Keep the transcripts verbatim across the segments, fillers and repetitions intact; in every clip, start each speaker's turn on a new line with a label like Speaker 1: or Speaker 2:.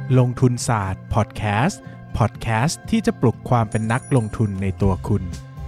Speaker 1: ลงทุนศาสตร์พอดแคสต์พอดแคสต์ที่จะปลุกความเป็นนักลงทุนในตัวคุณ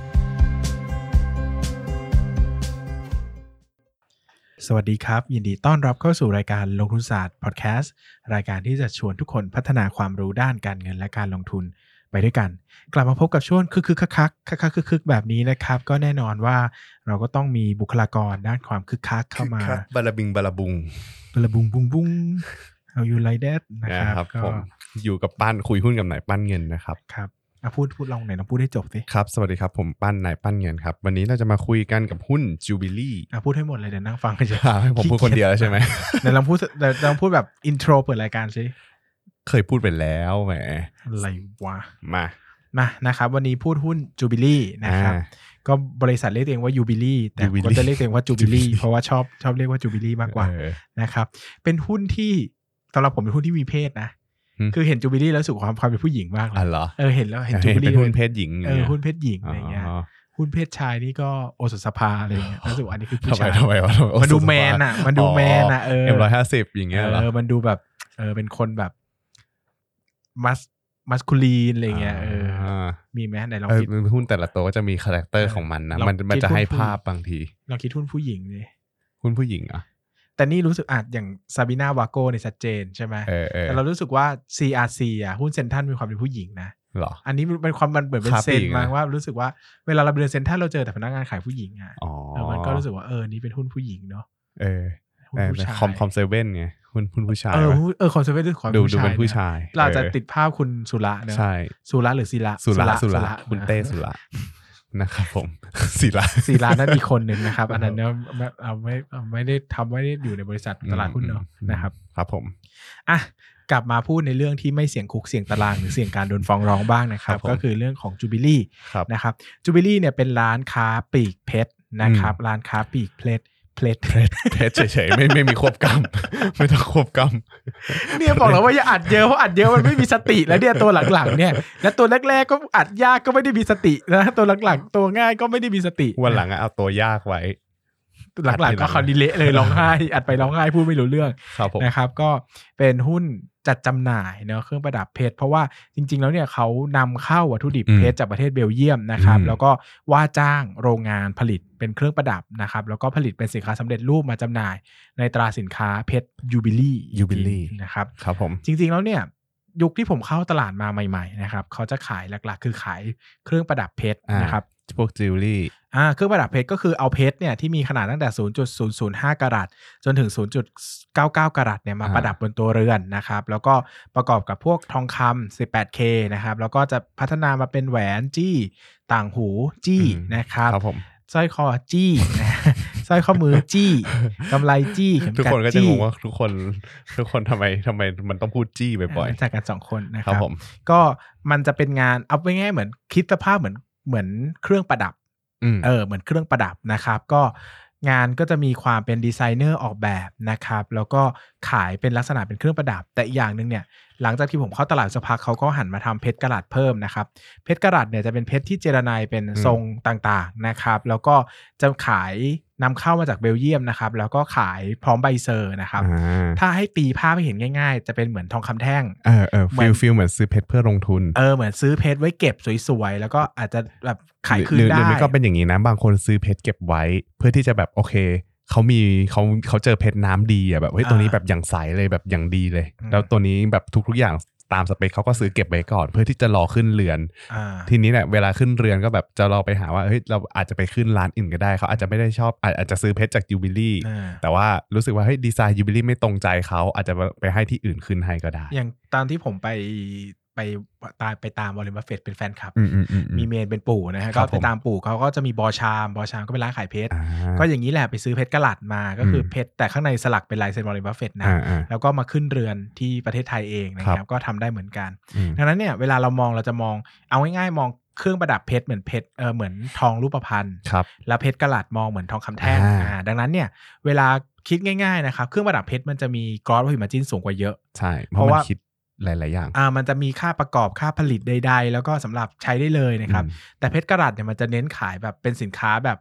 Speaker 1: สวัสดีครับยินดีต้อนรับเข้าสู่รายการลงทุนศาสตร์พอดแคสต์รายการที่จะชวนทุกคนพัฒนาความรู้ด้านการเงินและการลงทุนไปด้วยกันกลับมาพบกับช่วงคึกๆคักๆคักๆคึกๆแบบนี้นะครับก็แน่นอนว่าเราก็ต้องมีบุคลากรด้านความคึกคักเข้ามา
Speaker 2: บาลาบิงบาลาบุง
Speaker 1: บาลาบุงบุงบุงเอาอยู่ไลเดดนะครับก็
Speaker 2: อยู่กับปั้นคุยหุ้นกับนายปั้นเงินนะครับ
Speaker 1: ครับอ่ะพูดพูดลองไหนลองพูดให้จบสิ
Speaker 2: ครับสวัสดีครับผมปั้นนายปั้นเงินครับวันนี้เราจะมาคุยกันกับหุ้น Jubilee
Speaker 1: อ่ะพูดให้หมดเลยเดี๋ยวนั่งฟังกันจะ
Speaker 2: ให้ผมพูดคนเดียวใช่ไหม
Speaker 1: เดี๋ยวลองพูดเดี๋ยวลองพูดแบบอินโทรเปิดรายการสิ
Speaker 2: เคยพูดไปแล้วแหม
Speaker 1: อะไรวะ
Speaker 2: มา
Speaker 1: มานะครับวันนี้พูดหุ้น Jubilee นะครับก็บริษัทเรียกเองว่า Jubilee แต่ผมก็จะเรียกเองว่า Jubilee เพราะว่าชอบชอบเรียกว่า Jubilee มากกว่านะครับเป็นหุ้นที่สำหรับผมเป็นหุ้นที่มีเพศนะคือเห็น Jubilee แล้วรู้สึกความความเป็นผู้หญิงมากเลยเออเห็นแล้วเห็น Jubilee
Speaker 2: เป็นหุ้นเพศหญิง
Speaker 1: เออหุ้นเพศหญิงอะไรเงี้ยหุ้นเพศชายนี่ก็โอสถสภาอะไรเงี้ยรู้สึกว่าอันนี้คือผู้ชายมันดูแมนอ่ะมันดูแมนอ่ะเออ
Speaker 2: เอ็ม หนึ่งร้อยห้าสิบ อย่างเงี้ยเหรอ
Speaker 1: เออมันดูแบบเออเป็นคนแบบมัสมัสคูลีนอะไรเงี้ยเออมีไหมไหนลองคิด
Speaker 2: หุ้นแต่ละตัวก็จะมีคาแรคเตอร์ของมันนะมันมันจะให้ภาพบางที
Speaker 1: ลองคิดหุ้นผู้หญิงดิ
Speaker 2: หุ้นผู้หญิงอ่ะ
Speaker 1: แต่นี่รู้สึกอาจอย่างซาบิน่าวาโก้เนี่ยชัดเจนใช่ไหมแต่เรารู้สึกว่า ซี อาร์ ซี อ่ะหุ้นเซ็นทรัลมีความเป็นผู้หญิงนะ
Speaker 2: หรอ
Speaker 1: อันนี้เป็นความมันเหมือนเป็นเซนมาว่ารู้สึกว่าเวลาเราเดินเซ็นทรัลเราเจอแต่พนักงานขายผู้หญิงอ่ะมันก็รู้สึกว่าเออนี่เป็นหุ้นผู้หญิงเนาะ
Speaker 2: เออคอมคอมเซเว่นไงหุ้นหุ้นผู้ชาย
Speaker 1: เออเออคอมเซเว่นดู
Speaker 2: ดูดูเป็นผู้ชาย
Speaker 1: เราจะติดภาพคุณสุระเนอะ
Speaker 2: ใช่
Speaker 1: สุระหรือศิระ
Speaker 2: สุระสุระคุณเต้สุระนะครับผมศิระ
Speaker 1: ศิระนั่นอีกคนหนึ่งนะครับอันนั้นเนี่ยเอาไม่ไม่ได้ทำไม่ได้อยู่ในบริษัทตลาดหุ้นเนาะนะครับ
Speaker 2: ครับผม
Speaker 1: อ่ะกลับมาพูดในเรื่องที่ไม่เสี่ยงคุกเสี่ยงตารางหรือเสี่ยงการโดนฟ้องร้องบ้างนะครับก็คือเรื่องของ Jubilee นะครับ Jubilee เนี่ยเป็นร้านค้าปลีกเพชรนะครับร้านค้าปลีกเพชรเพชร
Speaker 2: เพชรเฉยๆไม่ไม่มีควบกำไม่ต้องควบก
Speaker 1: ำเนี่ยบอกแล้วว่าอย่าอัดเยอะเพราะอัดเยอะมันไม่มีสติแล้วเนี่ยตัวหลังๆเนี่ยและตัวแรกๆก็อัดยากก็ไม่ได้มีสตินะตัวหลังๆตัวง่ายก็ไม่ได้มีสติ
Speaker 2: วันหลังเอาตัวยากไว้
Speaker 1: หลังๆก็คอนดิเละเลยร้องไห้อัดไปร้องไห้พูดไม่รู้เรื่องนะครับก็เป็นหุ้นจัดจำหน่ายเนาะเครื่องประดับเพชรเพราะว่าจริงๆแล้วเนี่ยเขานำเข้าวัตถุดิบเพชรจากประเทศเบลเยียมนะครับแล้วก็ว่าจ้างโรงงานผลิตเป็นเครื่องประดับนะครับแล้วก็ผลิตเป็นสินค้าสำเร็จรูปมาจำหน่ายในตราสินค้าเพชร Jubilee
Speaker 2: Jubilee
Speaker 1: นะครับ
Speaker 2: ครับผม
Speaker 1: จริงๆแล้วเนี่ยยุคที่ผมเข้าตลาดมาใหม่ๆนะครับเขาจะขายหลักๆคือขายเครื่องประดับเพชรนะครับ
Speaker 2: พวกจิวเวลรี่
Speaker 1: อ่าเครื่องประดับเพชรก็คือเอาเพชรเนี่ยที่มีขนาดตั้งแต่ ศูนย์จุดศูนย์ศูนย์ห้า กะรัตจนถึง ศูนย์จุดเก้าเก้า กะรัตเนี่ยมาประดับบนตัวเรือนนะครับแล้วก็ประกอบกับพวกทองคำ สิบแปดเค นะครับแล้วก็จะพัฒนามาเป็นแหวนจี้ต่างหูจี้นะครับ
Speaker 2: ครับผม
Speaker 1: สร้อยคอจี้นะสร้อยข้อมือจี้กำไลจี้เข็มขัดจี้
Speaker 2: ทุกคนก็จะงงว่าทุกคนทุกคนทำไมทำไมมันต้องพูดจี้บ่อย
Speaker 1: ๆจากกันสองคนนะครับก็มันจะเป็นงานเอาไปง่ายเหมือนคิดสภาพเหมือนเหมือนเครื่องประดับเออเหมือนเครื่องประดับนะครับก็งานก็จะมีความเป็นดีไซเนอร์ออกแบบนะครับแล้วก็ขายเป็นลักษณะเป็นเครื่องประดับแต่อีกอย่างนึงเนี่ยหลังจากที่ผมเข้าตลาดสักพักเขาก็หันมาทำเพชรกะรัตเพิ่มนะครับเพชรกะรัตเนี่ยจะเป็นเพชรที่เจรไนเป็นทรงต่างๆนะครับแล้วก็จะขายนำเข้ามาจากเบลเยียมนะครับแล้วก็ขายพร้อมใบเซอร์นะครับถ้าให้ตีภาพให้เห็นง่ายๆจะเป็นเหมือนทองคำแท่ง
Speaker 2: เออเออฟิลฟิลเหมือนซื้อเพชรเพื่อลงทุน
Speaker 1: เออเหมือนซื้อเพชรไว้เก็บสวยๆแล้วก็อาจจะแบบขายคืนได้
Speaker 2: หรือไม่ก็เป็นอย่างนี้นะบางคนซื้อเพชรเก็บไว้เพื่อที่จะแบบโอเคเขามีเขาเขาเจอเพชรน้ำดีอ่ะแบบเฮ้ยตัวนี้แบบอย่างใสเลยแบบอย่างดีเลยแล้วตัวนี้แบบทุกๆอย่างตามสเปคเขาก็ซื้อเก็บไว้ก่อนเพื่อที่จะรอขึ้นเรือนทีนี้เนี่ยเวลาขึ้นเรือนก็แบบจะรอไปหาว่าเฮ้ยเราอาจจะไปขึ้นร้านอื่นก็ได้เขาอาจจะไม่ได้ชอบอาจจะซื้อเพชรจากยูบิลี่แต่ว่ารู้สึกว่าเฮ้ยดีไซน์ยูบิลี่ไม่ตรงใจเขาอาจจะไปให้ที่อื่นขึ้นให้ก็ได้
Speaker 1: อย่างตามที่ผมไปไปตามไปตามวอร์เรน บัฟเฟตต์เป็นแฟนคลับมีเมนเป็นปู่นะฮะก็ไปตามปู่เขาก็จะมีบอชามบอชามก็เป็นร้านขายเพชรก็อย่างนี้แหละไปซื้อเพชรกะรัตมาก็คือเพชรแต่ข้างในสลักเป็นลายเซ็นวอร์เรน บัฟเฟตต์นะแล้วก็มาขึ้นเรือนที่ประเทศไทยเองนะครับก็ทำได้เหมือนกันดังนั้นเนี่ยเวลาเรามองเราจะมองเอาง่ายๆมองเครื่องประดับเพชรเหมือนเพชรเออเหมือนทองรูปพรรณแล้วเพชรกะรัตมองเหมือนทองคำแท่งอ่าดังนั้นเนี่ยเวลาคิดง่ายๆนะครับเครื่องประดับเพชรมันจะมีกรอสโพรฟิตมาร์จิ้นสูงกว่าเยอะ
Speaker 2: ใช่เพราะว่าหลายๆอย่าง
Speaker 1: อ่ามันจะมีค่าประกอบค่าผลิตใดๆแล้วก็สำหรับใช้ได้เลยนะครับแต่เพชรกะรัตเนี่ยมันจะเน้นขายแบบเป็นสินค้าแบบ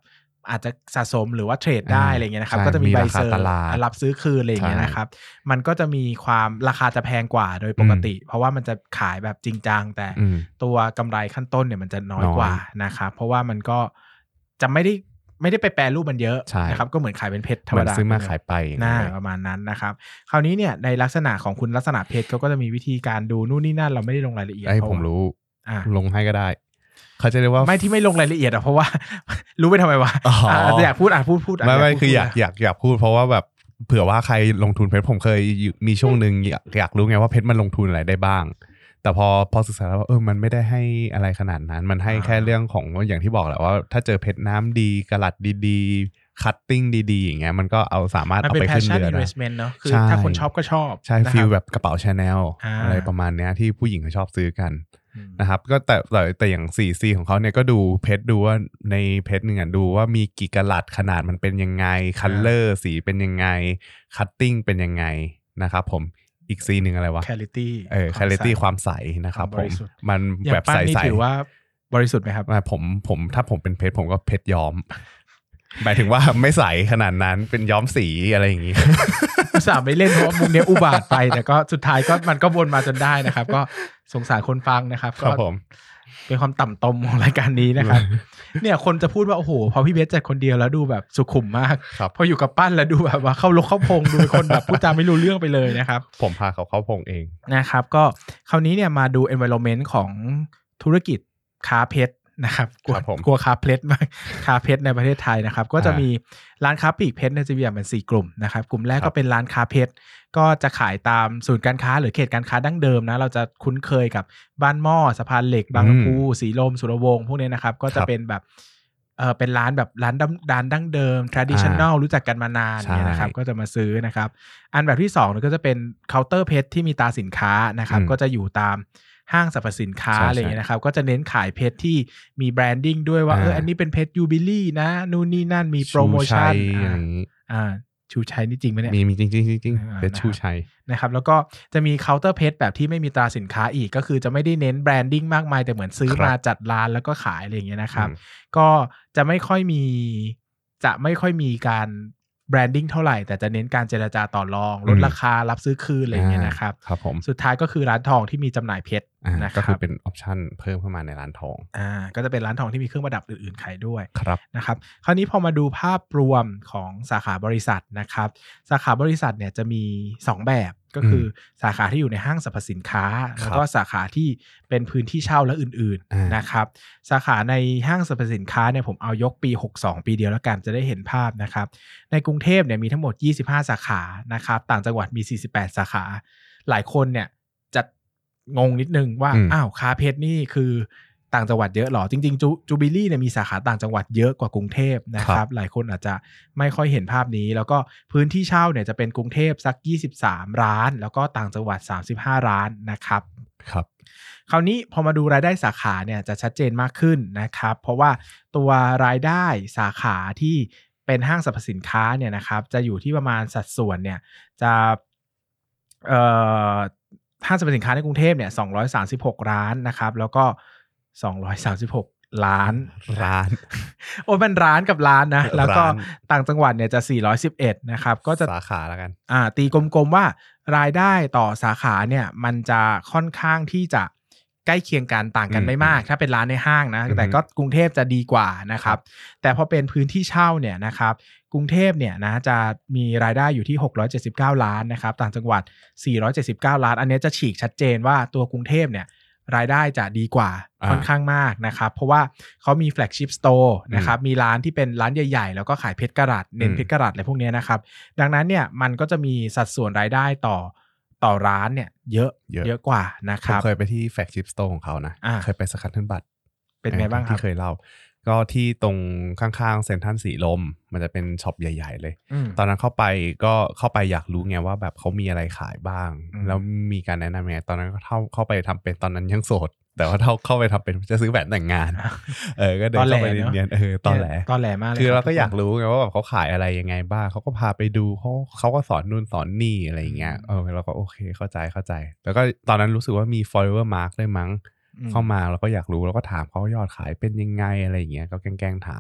Speaker 1: อาจจะสะสมหรือว่าเทรดได้อะไรเงี้ยนะครับก็จะมีใบเซอร์รับซื้อคืนอะไรอย่างเงี้ยนะครับมันก็จะมีความราคาจะแพงกว่าโดยปกติเพราะว่ามันจะขายแบบจริงจังแต่ตัวกำไรขั้นต้นเนี่ยมันจะน้อยกว่านะครับเพราะว่ามันก็จะไม่ได้ไม่ได้ไปแปรรูปมันเยอะนะครับก็เหมือนขายเป็นเพชรธรรมดา
Speaker 2: ซื้อมาขายไป
Speaker 1: น่าประมาณนั้นนะครับคราวนี้เนี่ยในลักษณะของคุณลักษณะเพชรเขาก็จะมีวิธีการดูนู่นนี่นั่นเราไม่ได้ลงรายละเอียด
Speaker 2: ไอ้ผมรู้ลงให้ก็ได้เขาจะเรียกว่า
Speaker 1: ไม่ที่ไม่ลงรายละเอียดอ่ะเพราะว่ารู้ไปทำไมวะอาจจะอยากพูดอ่ะพูดพูด
Speaker 2: ไม่ไม่คืออยากอยากอยากพูดเพราะว่าแบบเผื่อว่าใครลงทุนเพชรผมเคยมีช่วงนึงอยากอยากรู้ไงว่าเพชรมันลงทุนอะไรได้บ้างแต่พอพอศึกษาแล้วว่าเออมันไม่ได้ให้อะไรขนาดนั้นมันให้แค่เรื่องของอย่างที่บอกแหละว่าถ้าเจอเพชรน้ำดีกลัดดีๆคัตติ้งดีๆอย่างเงี้ยมันก็เอาสามารถเอาไปขึ้นเรือได้
Speaker 1: เนาะคือถ้าคนชอบก็ชอบ
Speaker 2: ใช่ฟีลแบบกระเป๋า Chanel อะไรประมาณเนี้ยที่ผู้หญิงเขาชอบซื้อกันนะครับก็แต่แต่แต่อย่าง โฟร์ ซี ของเขาเนี่ยก็ดูเพชรดูว่าในเพชรนึงอ่ะดูว่ามีกี่กะลัดขนาดมันเป็นยังไงคัลเลอร์สีเป็นยังไงคัตติ้งเป็นยังไงนะครับผมอีกซีนึงอะไรวะ
Speaker 1: quality
Speaker 2: เออ quality ความใสนะครับผมมันแบบใสๆ
Speaker 1: ถือว่าบริสุทธิ์ไหมครับ
Speaker 2: ผมผมถ้าผมเป็นเพชรผมก็เพชรย้อมหมายถึงว่าไม่ใสขนาดนั้นเป็นย้อมสีอะไรอย่างงี้
Speaker 1: อุตส่าห์ไม่เล่นเพราะมุมนี้อุบาทไปแต่ก็สุดท้ายก็มันก็วนมาจนได้นะครับก็สงสารคนฟังนะครับ
Speaker 2: ก็
Speaker 1: เป็นความต่ำตมของรายการนี้นะครับเนี่ยคนจะพูดว่าโอ้โหพอพี่เบสจัดคนเดียวแล้วดูแบบสุขุมมากพออยู่กับปั้นแล้วดูแบบว่าเข้าลกเข้าพงดูเป็นคนแบบพูดจาไม่รู้เรื่องไปเลยนะครับ
Speaker 2: ผมพาเขาเข้าพงเอง
Speaker 1: นะครับก็คราวนี้เนี่ยมาดู environment ของธุรกิจค้าเพชรนะครับกลัวกลัวค้าเพชรมากค้าเพชรในประเทศไทยนะครับก็จะมีร้านค้าปลีกเพชรเนี่ยจะมีเป็นสี่กลุ่มนะครับกลุ่มแรกก็เป็นร้านค้าเพชรก็จะขายตามศูนย์การค้าหรือเขตการค้าดั้งเดิมนะเราจะคุ้นเคยกับบ้านหม้อสะพานเหล็กบางลำพูสีลมสุรวงศ์พวกนี้นะครับก็จะเป็นแบบเออเป็นร้านแบบร้านร้านดั้งเดิม traditional รู้จักกันมานานเนี่ยนะครับก็จะมาซื้อนะครับอันแบบที่สองก็จะเป็นเคาน์เตอร์เพชรที่มีตาสินค้านะครับก็จะอยู่ตามห้างสรรพสินค้าอะไรอย่างเงี้ยนะครับก็จะเน้นขายเพชรที่มีแบรนดิ้งด้วยว่าเอออันนี้เป็นเพชรยูบิลี่นะนู่นนี่นั่นมีโปรโมชั่นอ่าชูชัยนี่จริงไหมเนี่ย
Speaker 2: มีมีจริงจริงจริงเป็นชูชัย
Speaker 1: นะครับแล้วก็จะมีเคาน์เตอร์เพชรแบบที่ไม่มีตราสินค้าอีกก็คือจะไม่ได้เน้นแบรนดิ้งมากมายแต่เหมือนซื้อมาจัดร้านแล้วก็ขายอะไรอย่างเงี้ยนะครับก็จะไม่ค่อยมีจะไม่ค่อยมีการแบรนดิ้งเท่าไหร่แต่จะเน้นการเจรจาต่อรองลดราคารับซื้อคืนอะไรอย่างเงี้ยนะครับ
Speaker 2: ครับผม
Speaker 1: สุดท้ายก็คือร้านทองที่มีจำหน่ายเพชรนะครับ
Speaker 2: ก็คือเป็นออปชั่นเพิ่มเข้ามาในร้านทอง
Speaker 1: อ่าก็จะเป็นร้านทองที่มีเครื่องประดับอื่นๆขายด้วย
Speaker 2: ครับ
Speaker 1: นะครับคราวนี้พอมาดูภาพรวมของสาขาบริษัทนะครับสาขาบริษัทเนี่ยจะมีสองแบบก็คือสาขาที่อยู่ในห้างสรรพสินค้าแล้วก็สาขาที่เป็นพื้นที่เช่าและอื่นๆนะครับสาขาในห้างสรรพสินค้าเนี่ยผมเอายกปีหกสิบสองปีเดียวแล้วกันจะได้เห็นภาพนะครับในกรุงเทพเนี่ยมีทั้งหมดยี่สิบห้าสาขานะครับต่างจังหวัดมีสี่สิบแปดสาขาหลายคนเนี่ยจะงงนิดนึงว่าอ้าวค้าเพชรนี่คือต่างจังหวัดเยอะหรอจริงๆจูจูบิลี่เนี่ยมีสาขาต่างจังหวัดเยอะกว่ากรุงเทพนะครับหลายคนอาจจะไม่ค่อยเห็นภาพนี้แล้วก็พื้นที่เช่าเนี่ยจะเป็นกรุงเทพสักยี่สิบสามร้านแล้วก็ต่างจังหวัดสามสิบห้าร้านนะครับ
Speaker 2: ครับ
Speaker 1: คราวนี้พอมาดูรายได้สาขาเนี่ยจะชัดเจนมากขึ้นนะครับเพราะว่าตัวรายได้สาขาที่เป็นห้างสรรพสินค้าเนี่ยนะครับจะอยู่ที่ประมาณสัดส่วนเนี่ยจะเอ่อห้างสรรพสินค้าในกรุงเทพเนี่ยสองร้อยสามสิบหกร้านนะครับแล้วก็สองร้อยสามสิบหกล้าน
Speaker 2: ร้าน
Speaker 1: โอ้มันร้านกับร้านนะแล้วก็ต่างจังหวัดเนี่ยจะสี่ร้อยสิบเอ็ดนะครับก็จะ
Speaker 2: สาขาแล้วกัน
Speaker 1: อ่าตีกลมๆว่ารายได้ต่อสาขาเนี่ยมันจะค่อนข้างที่จะใกล้เคียงกันต่างกันไม่มากถ้าเป็นร้านในห้างนะแต่ก็กรุงเทพจะดีกว่านะครับแต่พอเป็นพื้นที่เช่าเนี่ยนะครับกรุงเทพเนี่ยนะจะมีรายได้อยู่ที่หกร้อยเจ็ดสิบเก้าล้านนะครับต่างจังหวัดสี่ร้อยเจ็ดสิบเก้าล้านอันนี้จะฉีกชัดเจนว่าตัวกรุงเทพเนี่ยรายได้จะดีกว่าค่อนข้างมากนะครับเพราะว่าเขามีแฟลกชิพสโตร์นะครับมีร้านที่เป็นร้านใหญ่ๆแล้วก็ขายเพชรกะรัตเน้นเพชรกะรัตอะไรพวกนี้นะครับดังนั้นเนี่ยมันก็จะมีสัดส่วนรายได้ต่อต่อร้านเนี่ยเยอะเยอะกว่านะครับ
Speaker 2: ผมเคยไปที่แฟลกชิพสโตร์ของเขานะเคยไปสคัตเทิลบัต
Speaker 1: เป็นไงบ้างครับ
Speaker 2: ที่เคยเล่าก็ที่ตรงข้างๆเซ็นทรัลสีลมมันจะเป็นช็อปใหญ่ๆเลยตอนนั้นเข้าไปก็เข้าไปอยากรู้ไงว่าแบบเขามีอะไรขายบ้างแล้วมีการแนะนำไงตอนนั้นก็เข้าเข้าไปทำเป็นตอนนั้นยังโสดแต่ว่าเข้าเข้าไปทำเป็นจะซื้อแหวนแต่งงานเออก็เดินเข้าไปเรียนเออตอนแหล
Speaker 1: ตอนแหลมากเลย
Speaker 2: คือเราก็อยากรู้ไงว่าแบบเขาขายอะไรยังไงบ้างเขาก็พาไปดูเขาเขาก็สอนนู่นสอนนี่อะไรอย่างเงี้ยเออเราก็โอเคเข้าใจเข้าใจแล้วก็ตอนนั้นรู้สึกว่ามี follower mark ด้วยมั้งเข้ามาแล้วก็อยากรู้แล้วก็ถามเขายอดขายเป็นยังไงอะไรอย่างเงี้ยก็แกล้งๆถาม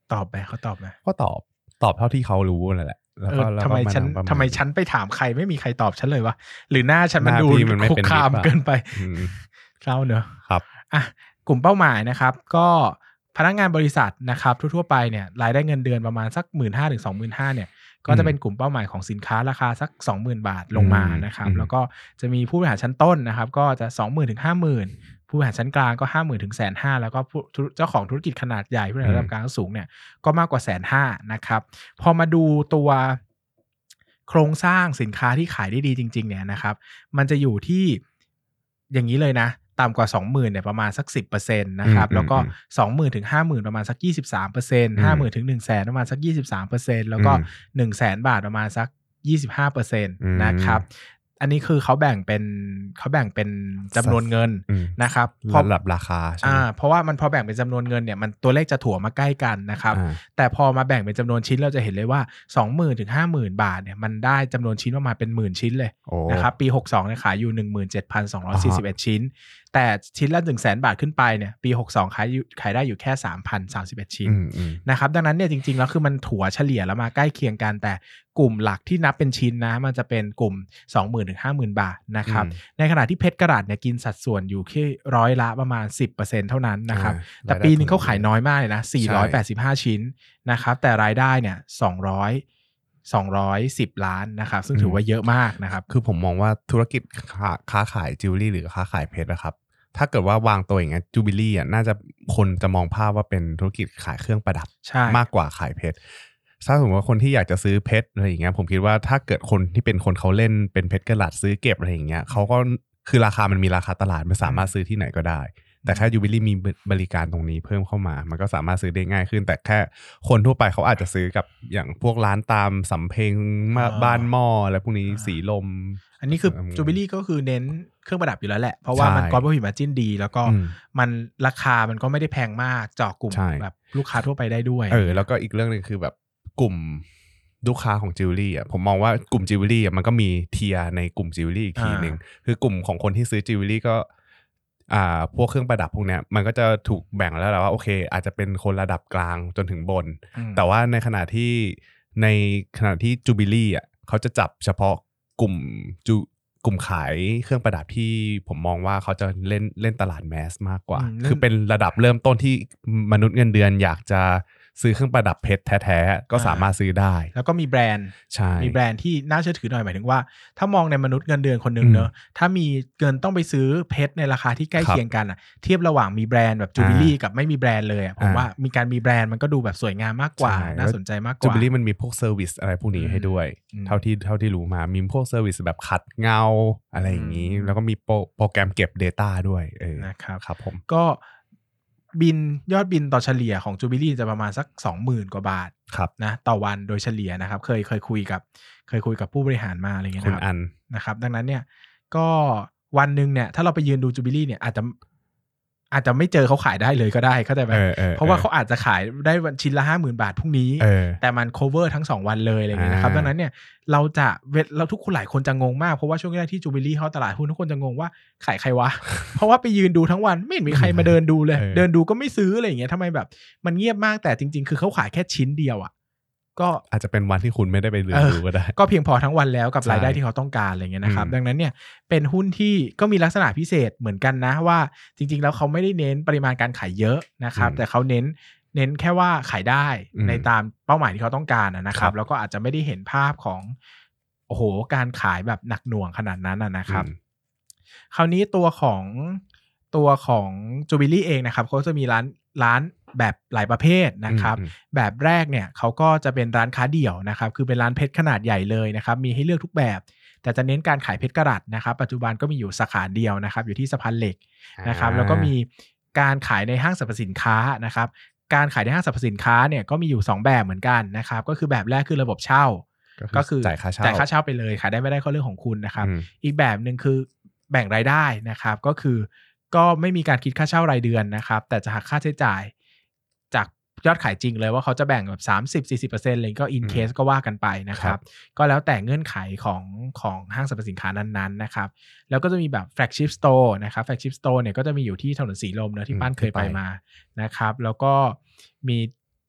Speaker 1: ตอบไหมเขาตอบไหม
Speaker 2: ก็ตอบตอบเท่าที่เขารู้นั่นแหละแล้วก็
Speaker 1: ทำไมฉันทำไมฉันไปถามใครไม่มีใครตอบฉันเลยวะหรือหน้าฉันมันดูคุกคามเกินไปเศร้าเนอะ
Speaker 2: ครับ
Speaker 1: อ่ะกลุ่มเป้าหมายนะครับก็พนักงานบริษัทนะครับทั่วๆไปเนี่ยรายได้เงินเดือนประมาณสัก หนึ่งหมื่นห้าพัน ถึง สองหมื่นห้าพัน เนี่ยก็จะเป็นกลุ่มเป้าหมายของสินค้าราคาสัก สองหมื่น บาทลงมานะครับแล้วก็จะมีผู้บริหารชั้นต้นนะครับก็จะ สองหมื่น ถึง ห้าหมื่น ผู้บริหารชั้นกลางก็ ห้าหมื่น ถึง หนึ่งแสนห้าหมื่น แล้วก็เจ้าของธุรกิจขนาดใหญ่ผู้บริหารระดับกลางสูงเนี่ยก็มากกว่า หนึ่งแสนห้าหมื่น นะครับพอมาดูตัวโครงสร้างสินค้าที่ขายได้ดีจริงๆเนี่ยนะครับมันจะอยู่ที่อย่างนี้เลยนะต่ำกว่า สองหมื่น เนี่ยประมาณสัก สิบเปอร์เซ็นต์ นะครับแล้วก็ สองหมื่น ถึง ห้าหมื่น ประมาณสัก ยี่สิบสามเปอร์เซ็นต์ ห้าหมื่น ถึง หนึ่งแสน ประมาณสัก ยี่สิบสามเปอร์เซ็นต์ แล้วก็ หนึ่งแสน บาทประมาณสัก ยี่สิบห้าเปอร์เซ็นต์ นะครับอันนี้คือเขาแบ่งเป็นเขาแบ่งเป็นจำนวนเงินนะครับ
Speaker 2: ระดับราคาใช่ไหม
Speaker 1: อ่าเพราะว่ามันพอแบ่งเป็นจำนวนเงินเนี่ยมันตัวเลขจะถั่วมาใกล้กันนะครับแต่พอมาแบ่งเป็นจำนวนชิ้นเราจะเห็นเลยว่า สองหมื่น ถึง ห้าหมื่น บาทเนี่ยมันได้จำนวนชิ้นประมาณเป็นหมื่นชิ้นเลยนะครับปีหกสิบสองเนี่ยขายอยู่ หนึ่งหมื่นเจ็ดพันสองร้อยสี่สิบเอ็ด ชิ้นแต่ชิ้นละ หนึ่งแสน บาทขึ้นไปเนี่ยปีหกสิบสองขายขายได้อยู่แค่ สามพันสามสิบเอ็ด ชิ้นนะครับดังนั้นเนี่ยจริงๆแล้วคือมันถั่วเฉลี่ยแล้วมาใกล้เคียงกันแต่กลุ่มหลักที่นับเป็นชิ้นนะมันจะเป็นกลุ่ม สองหมื่น ถึง ห้าหมื่น บาทนะครับในขณะที่เพชรกระดาษเนี่ยกินสัดส่วนอยู่แค่ร้อยละประมาณ สิบเปอร์เซ็นต์ เท่านั้นนะครับแต่ปีนึงเขาขายน้อยมากเลยนะสี่ร้อยแปดสิบห้าชิ้นนะครับแต่รายได้เนี่ยสองร้อยสองร้อยสิบล้านนะครับซึ่งถือว่าเยอะมากนะครับ
Speaker 2: คือผมมองว่าธุรกิจค้าขายจิวเวลรี่หรือค้าขายเพชรนะครับถ้าเกิดว่าวางตัวอย่างเงี้ยจูบิลี่อ่ะน่าจะคนจะมองภาพว่าเป็นธุรกิจขายเครื่องประดับมากกว่าขายเพชรถ้าสมมติว่าคนที่อยากจะซื้อเพชรอะไรอย่างเงี้ยผมคิดว่าถ้าเกิดคนที่เป็นคนเขาเล่นเป็นเพชรกระดาษซื้อเก็บอะไรอย่างเงี้ยเขาก็คือราคามันมีราคาตลาดมันสามารถซื้อที่ไหนก็ได้แต่แค่จูบิลี่มีบริการตรงนี้เพิ่มเข้ามามันก็สามารถซื้อได้ง่ายขึ้นแต่แค่คนทั่วไปเขาอาจจะซื้อกับอย่างพวกร้านตามสำเพ็งบ้านหม้ออะไรพวกนี้สีลม
Speaker 1: อันนี้คือจูบิลี่ก็คือเน้นเครื่องประดับอยู่แล้วแหละเพราะว่ามันก๊อตโปรฟิตมาร์จิ้นดีแล้วก็มันราคามันก็ไม่ได้แพงมากเจาะกลุ่มแบบลูกค้าทั่วไปได้ด้วย
Speaker 2: เออแล้วก็อีกเรื่องนึงคือแบบกลุ่มลูกค้าของจิวเวลรี่อ่ะผมมองว่ากลุ่มจิวเวลรี่อ่ะมันก็มีเทียร์ในกลุ่มจิวเวลรี่อีกทีนึงคือกลุ่มของคนที่ซื้อจิวเวลรี่ก็อ่าพวกเครื่องประดับพวกเนี้ยมันก็จะถูกแบ่งแล้วแหละว่าโอเคอาจจะเป็นคนระดับกลางจนถึงบนแต่ว่าในขณะที่ในขณะที่จูบิลี่อ่ะเขาจะจับเฉพาะกลุ่มจูกลุ่มขายเครื่องประดับที่ผมมองว่าเขาจะเล่นเล่นตลาดแมสมากกว่าคือเป็นระดับเริ่มต้นที่มนุษย์เงินเดือนอยากจะซื้อเครื่องประดับเพชรแท้ๆก็สามารถซื้อได้
Speaker 1: แล้วก็มีแบรนด์
Speaker 2: ใช่
Speaker 1: มีแบรนด์ที่น่าเชื่อถือหน่อยหมายถึงว่าถ้ามองในมนุษย์เงินเดือนคนนึงเนอะถ้ามีเงินต้องไปซื้อเพชรในราคาที่ใกล้เคียงกันอ่ะเทียบระหว่างมีแบรนด์แบบจูบิลี่กับไม่มีแบรนด์เลยอ่ะผมว่ามีการมีแบรนด์มันก็ดูแบบสวยงามมากกว่าน่าสนใจมากกว่า
Speaker 2: จูบิลี่มันมีพวกเซอร์วิสอะไรพวกนี้ให้ด้วยเท่าที่เท่าที่รู้มามีพวกเซอร์วิสแบบขัดเงาอะไรอย่างนี้แล้วก็มีโปรแกรมเก็บ Data ด้วยเออ
Speaker 1: นะครับ
Speaker 2: ครับผม
Speaker 1: ก็บินยอดบินต่อเฉลี่ยของจูบิลี่จะประมาณสัก สองหมื่น กว่าบาทนะต่อวันโดยเฉลี่ยนะครับเคยเคยคุยกับเคยคุยกับผู้บริหารมาอะไรเงี้ยนะครับนะครับดังนั้นเนี่ยก็วันนึงเนี่ยถ้าเราไปยืนดูจูบิลี่เนี่ยอาจจะอาจจะไม่เจอเขาขายได้เลยก็ได้เข้าใจไหมเพราะว่าเขาอาจจะขายได้วันชิ้นละ ห้าหมื่น บาทพรุ่งนี้แต่มัน cover ทั้งสองวันเลยอะไรเงี้ยนะครับดังนั้นเนี่ยเราจะเราทุกคนหลายคนจะงงมากเพราะว่าช่วงแรกที่จูบิลี่เข้าตลาดหุ้นทุกคนจะงงว่าขายใครวะ เพราะว่าไปยืนดูทั้งวันไม่เห็นมีใครมาเดินดูเลยเดินดูก็ไม่ซื้ออะไรอย่างเงี้ยทำไมแบบมันเงียบมากแต่จริงๆคือเขาขายแค่ชิ้นเดียวอ่ะก็
Speaker 2: อาจจะเป็นวันที่คุณไม่ได้ไปเดินดูก็ได้
Speaker 1: ก็เพียงพอทั้งวันแล้วกับรายได้ที่เขาต้องการอะไรเงี้ยนะครับดังนั้นเนี่ยเป็นหุ้นที่ก็มีลักษณะพิเศษเหมือนกันนะว่าจริงๆแล้วเขาไม่ได้เน้นปริมาณการขายเยอะนะครับแต่เขาเน้นเน้นแค่ว่าขายได้ในตามเป้าหมายที่เขาต้องการนะครับแล้วก็อาจจะไม่ได้เห็นภาพของโอ้โหการขายแบบหนักหน่วงขนาดนั้นนะครับคราวนี้ตัวของตัวของจูบิลี่เองนะครับเขาจะมีร้านร้านแบบหลายประเภทนะครับแบบแรกเนี่ยเขาก็จะเป็นร้านค้าเดี่ยวนะครับคือเป็นร้านเพชรขนาดใหญ่เลยนะครับมีให้เลือกทุกแบบแต่จะเน้นการขายเพชรกะรัตนะครับปัจจุบันก็มีอยู่สาขาเดียวนะครับอยู่ที่สะพานเหล็กนะครับแล้วก็มีการขายในห้างสรรพสินค้านะครับการขายในห้างสรรพสินค้าเนี่ยก็มีอยู่สองแบบเหมือนกันนะครับก็คือแบบแรกคือระบบเช่าก็คือ
Speaker 2: จ่ายค่าเช่า
Speaker 1: จ่ายค่าเช่าไปเลยขายได้ไม่ได้ก็เรื่องของคุณนะครับอีกแบบนึงคือแบ่งรายได้นะครับก็คือก็ไม่มีการคิดค่าเช่ารายเดือนนะครับแต่จะหักค่าใช้จ่ายจากยอดขายจริงเลยว่าเขาจะแบ่งแบบ สามสิบถึงสี่สิบเปอร์เซ็นต์ เลยก็อินเคสก็ว่ากันไปนะครับก็แล้วแต่เงื่อนไขของของห้างสรรพสินค้านั้นๆนะครับแล้วก็จะมีแบบแฟลกชิพสโตร์นะครับแฟลกชิพสโตร์เนี่ยก็จะมีอยู่ที่ถนนสีลมเนอะที่ป้านเคยไปมานะครับแล้วก็มี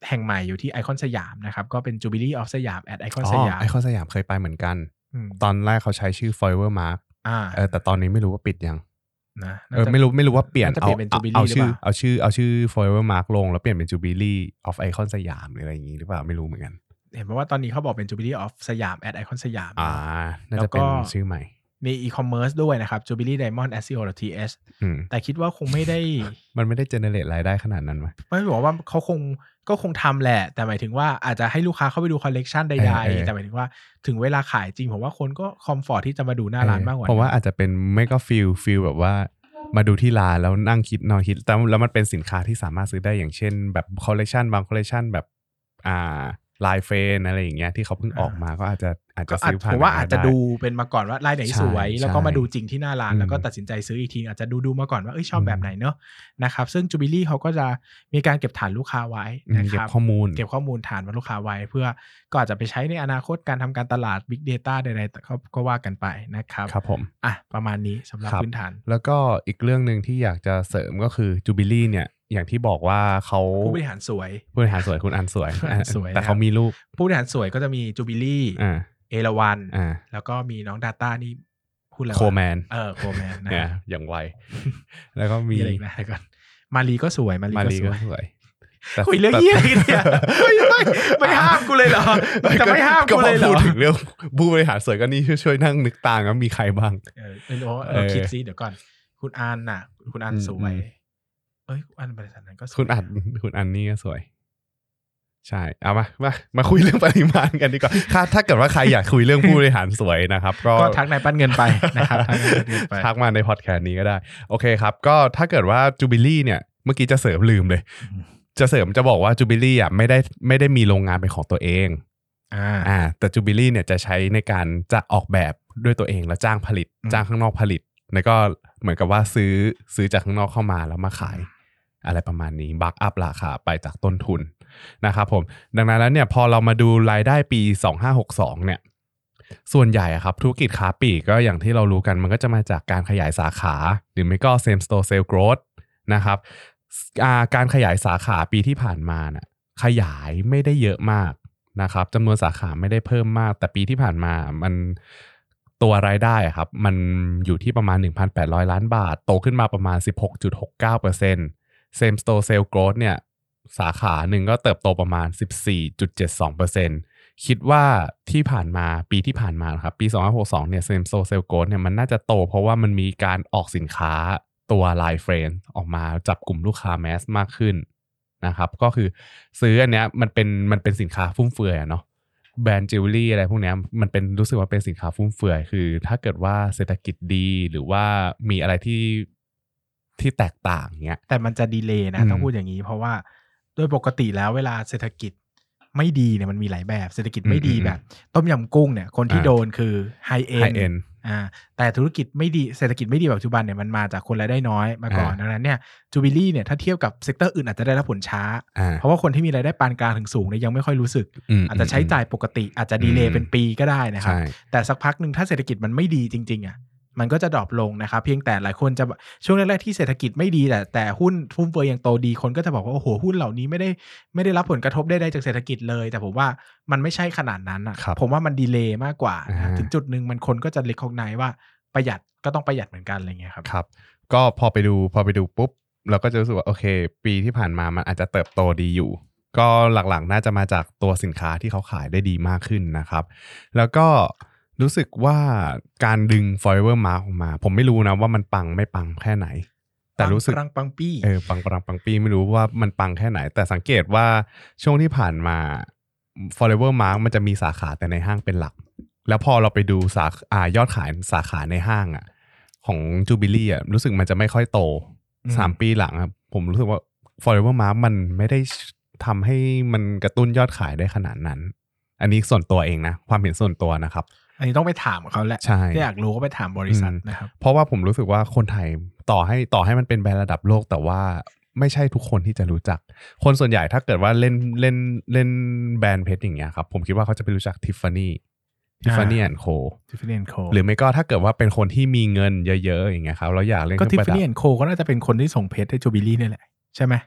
Speaker 1: แห่งใหม่อยู่ที่ไอคอนสยามนะครับก็เป็น Jubilee of สยาม at ไอคอนสยาม
Speaker 2: ไอคอนสยามเคยไปเหมือนกันตอนแรกเขาใช้ชื่อ Forever Mark
Speaker 1: อ่า
Speaker 2: เออแต่ตอนนี้ไม่รู้ว่าปิดยัง
Speaker 1: นะ
Speaker 2: เออไม่รู้ไม่รู้ว่าเปลี่ยนเอาเอาชื่อเอาชื่อเอาชื่อ Forever Mark ลงแล้วเปลี่ยนเป็น Jubilee of ไอคอนสยามหรืออะไรอย่างงี้หรือเปล่าไม่รู้เหมือนกัน
Speaker 1: เห็นว่าตอนนี้เขาบอกเป็น Jubilee of สยาม at ไอคอนสยาม
Speaker 2: อ่าน่าจะเป็นชื่อใหม่
Speaker 1: มีอีคอมเมิร์ซด้วยนะครับ Jubilee Diamond แอส ซี โอ ที เอส แต่คิดว่าคงไม่ได้
Speaker 2: มันไม่ได้เจเนเรตรายได้ขนาดนั้นมั้ย
Speaker 1: ไม่บอกว่าเขาคงก็คงทำแหละแต่หมายถึงว่าอาจจะให้ลูกค้าเข้าไปดูคอลเลกชันใดๆแต่หมายถึงว่าถึงเวลาขายจริงผมว่าคนก็คอมฟอร์ตที่จะมาดูหน้าร้านมากกว่า
Speaker 2: ผมว่าอาจจะเป็นไม่ก็ฟีลฟีลแบบว่ามาดูที่ร้านแล้วนั่งคิดนอนคิดแต่แล้วมันเป็นสินค้าที่สามารถซื้อได้อย่างเช่นแบบคอลเลกชันบางคอลเลกชันแบบอ่าลายเฟนอะไรอย่างเงี้ยที่เขาเพิ่งออกมาก็อาจจะอาจจะซื้อผ่าน
Speaker 1: ผมว่าอาจจะดูเป็นมาก่อนว่าลายไหนสวยแล้วก็มาดูจริงที่หน้าร้านแล้วก็ตัดสินใจซื้ออีกทีอาจจะดูดูมาก่อนว่าเอ้ยชอบแบบไหนเนอะนะครับซึ่ง Jubilee เขาก็จะมีการเก็บฐานลูกค้าไว้นะครับ
Speaker 2: เก็บข้อมูล
Speaker 1: เก็บข้อมูลฐานลูกค้าไว้เพื่อก็อาจจะไปใช้ในอนาคตการทำการตลาด Big Data ใดๆก็ว่ากันไปนะครับ
Speaker 2: ครับผม
Speaker 1: อ่ะประมาณนี้สำหรับพื้นฐาน
Speaker 2: แล้วก็อีกเรื่องนึงที่อยากจะเสริมก็คือ Jubilee เนี่ยอย่างที่บอกว่าเขา
Speaker 1: ผู้บริหารสวย
Speaker 2: ผู้บริหารสวยคุณอันสวยแต่เขามีลูก
Speaker 1: ผู้บริหารสวยก็จะมี Jubilee
Speaker 2: อ่า
Speaker 1: เอราวัณแล้วก็มีน้อง Data นี่พูดอะไร
Speaker 2: โคแมน
Speaker 1: เออโคแมนนะ
Speaker 2: อย่างไวแล้วก็มี
Speaker 1: อะไรอีกนะก่อนมารีก็สวยมารี
Speaker 2: ก็สวย
Speaker 1: คุยเรื่องเหี้ยอะไรเนี่ยไม่ไม่ไม่ห้ามกูเลยเหรอจะไม่ห้ามกูเลยเหรอ
Speaker 2: พูดถึงเรื่องผู้บริหารสวยก็นี่ช่วยนั่งนึกตามว่ามีใครบ้าง
Speaker 1: เออเออคิดซิเดี๋ยวก่อนคุณอันน่ะคุณอันสวยเอ้ยอันบริษัทนั้นก็สวย
Speaker 2: คุณอันคุณอันนี่ก็สวยใช่เอามามามาคุยเรื่องปริมาณกันดีกว่าถ้าถ้าเกิดว่าใครอยากคุยเรื่องผู้บริหารสวยนะครับก็
Speaker 1: ก็ทักในปั้นเงินไปนะครับ
Speaker 2: ทักมาในพอดแคสต์นี้ก็ได้โอเคครับก็ถ้าเกิดว่า Jubilee เนี่ยเมื่อกี้จะเสริมลืมเลยจะเสริมจะบอกว่า Jubilee อ่ะไม่ได้ไม่ได้มีโรงงานเป็นของตัวเอง
Speaker 1: อ่า
Speaker 2: อ่าแต่ Jubilee เนี่ยจะใช้ในการจะออกแบบด้วยตัวเองแล้วจ้างผลิตจ้างข้างนอกผลิตแล้วก็เหมือนกับว่าซื้อซื้อจากข้างนอกเข้ามาแล้วมาขายอะไรประมาณนี้บัคอัพราคาไปจากต้นทุนนะครับผมดังนั้นแล้วเนี่ยพอเรามาดูรายได้ปีสองพันห้าร้อยหกสิบสองเนี่ยส่วนใหญ่อะครับธุรกิจค้าปลีกก็อย่างที่เรารู้กันมันก็จะมาจากการขยายสาขาหรือไม่ก็ same store sale growth นะครับการขยายสาขาปีที่ผ่านมาน่ะขยายไม่ได้เยอะมากนะครับจำนวนสาขาไม่ได้เพิ่มมากแต่ปีที่ผ่านมามันตัวรายได้ครับมันอยู่ที่ประมาณ หนึ่งพันแปดร้อย ล้านบาทโตขึ้นมาประมาณ สิบหกจุดหกเก้าเปอร์เซ็นต์ same store sale growth เนี่ยสาขาหนึ่งก็เติบโตประมาณ สิบสี่จุดเจ็ดสองเปอร์เซ็นต์ คิดว่าที่ผ่านมาปีที่ผ่านมาครับปีสองพันหกสิบสองเนี่ย same store sale growth เนี่ยมันน่าจะโตเพราะว่ามันมีการออกสินค้าตัว line frame ออกมาจับกลุ่มลูกค้าแมสมากขึ้นนะครับก็คือซื้ออันเนี้ยมันเป็นมันเป็นสินค้าฟุ่มเฟือยเนาะแบรนด์จิวเวลรี่อะไรพวกนี้มันเป็นรู้สึกว่าเป็นสินค้าฟุ่มเฟือยคือถ้าเกิดว่าเศรษฐกิจดีหรือว่ามีอะไรที่ที่แตกต่างเงี้ย
Speaker 1: แต่มันจะดีเลย์นะต้องพูดอย่างนี้เพราะว่าโดยปกติแล้วเวลาเศรษฐกิจไม่ดีเนี่ยมันมีหลายแบบเศรษฐกิจไม่ดีแบบต้มยำกุ้งเนี่ยคนที่โดนคือไฮเอ็นอ่าแต่ธุรกิจไม่ดีเศรษฐกิจไม่ดีแบบปัจจุบันเนี่ยมันมาจากคนรายได้น้อยมาก่อนดังนั้นเนี่ยจูบิลี่เนี่ยถ้าเทียบกับเซกเตอร์อื่นอาจจะได้รับผลช้าเพราะว่าคนที่มีรายได้ปานกลางถึงสูงเนี่ยยังไม่ค่อยรู้สึกอาจจะใช้จ่ายปกติอาจจะดีเลย์เป็นปีก็ได้นะครับแต่สักพักนึงถ้าเศรษฐกิจมันไม่ดีจริงๆอ่ะมันก็จะดรอปลงนะครับเพียงแต่หลายคนจะช่วงแรกๆที่เศรษฐกิจไม่ดีแต่แต่หุ้นฟุ่มเฟือยยังโตดีคนก็จะบอกว่าโอ้โหหุ้นเหล่านี้ไม่ได้ไม่ได้รับผลกระทบได้จากเศรษฐกิจเลยแต่ผมว่ามันไม่ใช่ขนาดนั้นอ่ะผมว่ามันดีเลย์มากกว่านะถึงจุดนึงมันคนก็จะเรียกคอนว่าประหยัดก็ต้องประหยัดเหมือนกันอะไรเงี้ยครับ
Speaker 2: ครับก็พอไปดูพอไปดูปุ๊บเราก็จะรู้สึกว่าโอเคปีที่ผ่านมามันอาจจะเติบโตดีอยู่ก็หลักๆน่าจะมาจากตัวสินค้าที่เขาขายได้ดีมากขึ้นนะครับแล้วก็รู้สึกว่าการดึง Forever Mark ออกมาผมไม่รู้นะว่ามันปังไม่ปังแค่ไหนแต่รู้สึก
Speaker 1: ปังปังปี้
Speaker 2: เออปังปังปังปี้ไม่รู้ว่ามันปังแค่ไหนแต่สังเกตว่าช่วงที่ผ่านมา Forever Mark มันจะมีสาขาแต่ในห้างเป็นหลักแล้วพอเราไปดูสาอ่ายอดขายสาขาในห้างอ่ะของ Jubilee อ่ะรู้สึกมันจะไม่ค่อยโตสามปีหลังครับผมรู้สึกว่า Forever Mark มันไม่ได้ทำให้มันกระตุ้นยอดขายได้ขนาดนั้นอันนี้ส่วนตัวเองนะความเห็นส่วนตัวนะครับ
Speaker 1: อันนี้ต้องไปถามเขาแหละที่อยากรู้ก็ไปถามบริษัทนะครับ
Speaker 2: เพราะว่าผมรู้สึกว่าคนไทยต่อให้ต่อให้มันเป็นแบรนด์ระดับโลกแต่ว่าไม่ใช่ทุกคนที่จะรู้จักคนส่วนใหญ่ถ้าเกิดว่าเล่นเล่นเล่นแบรนด์เพชรอย่างเงี้ยครับผมคิดว่าเขาจะไปรู้จัก Tiffany Tiffany แอนด์ Co
Speaker 1: Tiffany แอนด์ Co
Speaker 2: หรือไม่ก็ถ้าเกิดว่าเป็นคนที่มีเงินเยอะๆอย่างเงี้ยครับเราอยากเล่น
Speaker 1: ก็ Tiffany แอนด์ Co ก็น่าจะเป็นคนที่ส่งเพชรให้ Jubilee นี่แหละใช่ไหม